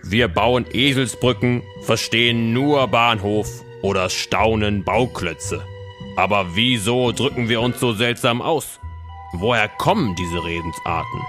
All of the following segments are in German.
Wir bauen Eselsbrücken, verstehen nur Bahnhof oder staunen Bauklötze. Aber wieso drücken wir uns so seltsam aus? Woher kommen diese Redensarten?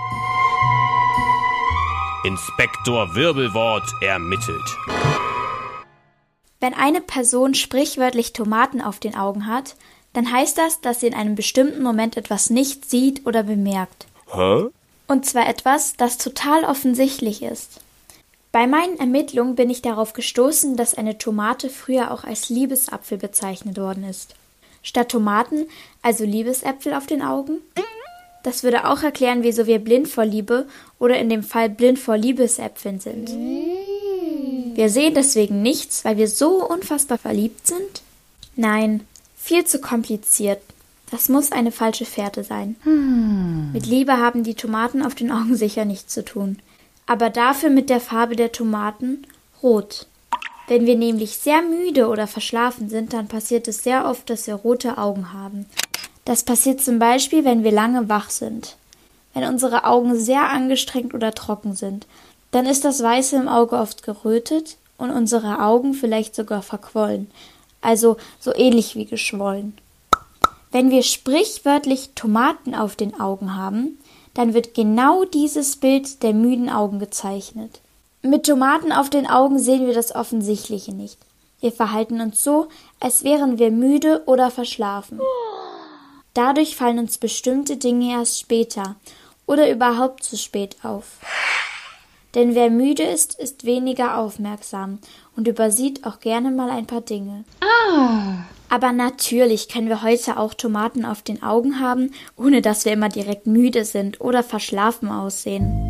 Inspektor Wirbelwort ermittelt. Wenn eine Person sprichwörtlich Tomaten auf den Augen hat, dann heißt das, dass sie in einem bestimmten Moment etwas nicht sieht oder bemerkt. Hä? Und zwar etwas, das total offensichtlich ist. Bei meinen Ermittlungen bin ich darauf gestoßen, dass eine Tomate früher auch als Liebesapfel bezeichnet worden ist. Statt Tomaten also Liebesäpfel auf den Augen? Das würde auch erklären, wieso wir blind vor Liebe oder in dem Fall blind vor Liebesäpfeln sind. Wir sehen deswegen nichts, weil wir so unfassbar verliebt sind? Nein, viel zu kompliziert. Das muss eine falsche Fährte sein. Mit Liebe haben die Tomaten auf den Augen sicher nichts zu tun. Aber dafür mit der Farbe der Tomaten rot. Wenn wir nämlich sehr müde oder verschlafen sind, dann passiert es sehr oft, dass wir rote Augen haben. Das passiert zum Beispiel, wenn wir lange wach sind. Wenn unsere Augen sehr angestrengt oder trocken sind, dann ist das Weiße im Auge oft gerötet und unsere Augen vielleicht sogar verquollen, also so ähnlich wie geschwollen. Wenn wir sprichwörtlich Tomaten auf den Augen haben, dann wird genau dieses Bild der müden Augen gezeichnet. Mit Tomaten auf den Augen sehen wir das Offensichtliche nicht. Wir verhalten uns so, als wären wir müde oder verschlafen. Dadurch fallen uns bestimmte Dinge erst später oder überhaupt zu spät auf. Denn wer müde ist, ist weniger aufmerksam und übersieht auch gerne mal ein paar Dinge. Aber natürlich können wir heute auch Tomaten auf den Augen haben, ohne dass wir immer direkt müde sind oder verschlafen aussehen.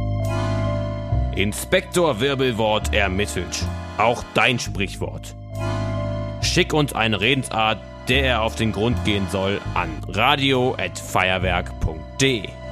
Inspektor Wirbelwort ermittelt. Auch dein Sprichwort. Schick uns eine Redensart, der er auf den Grund gehen soll, an radio@feuerwerk.de.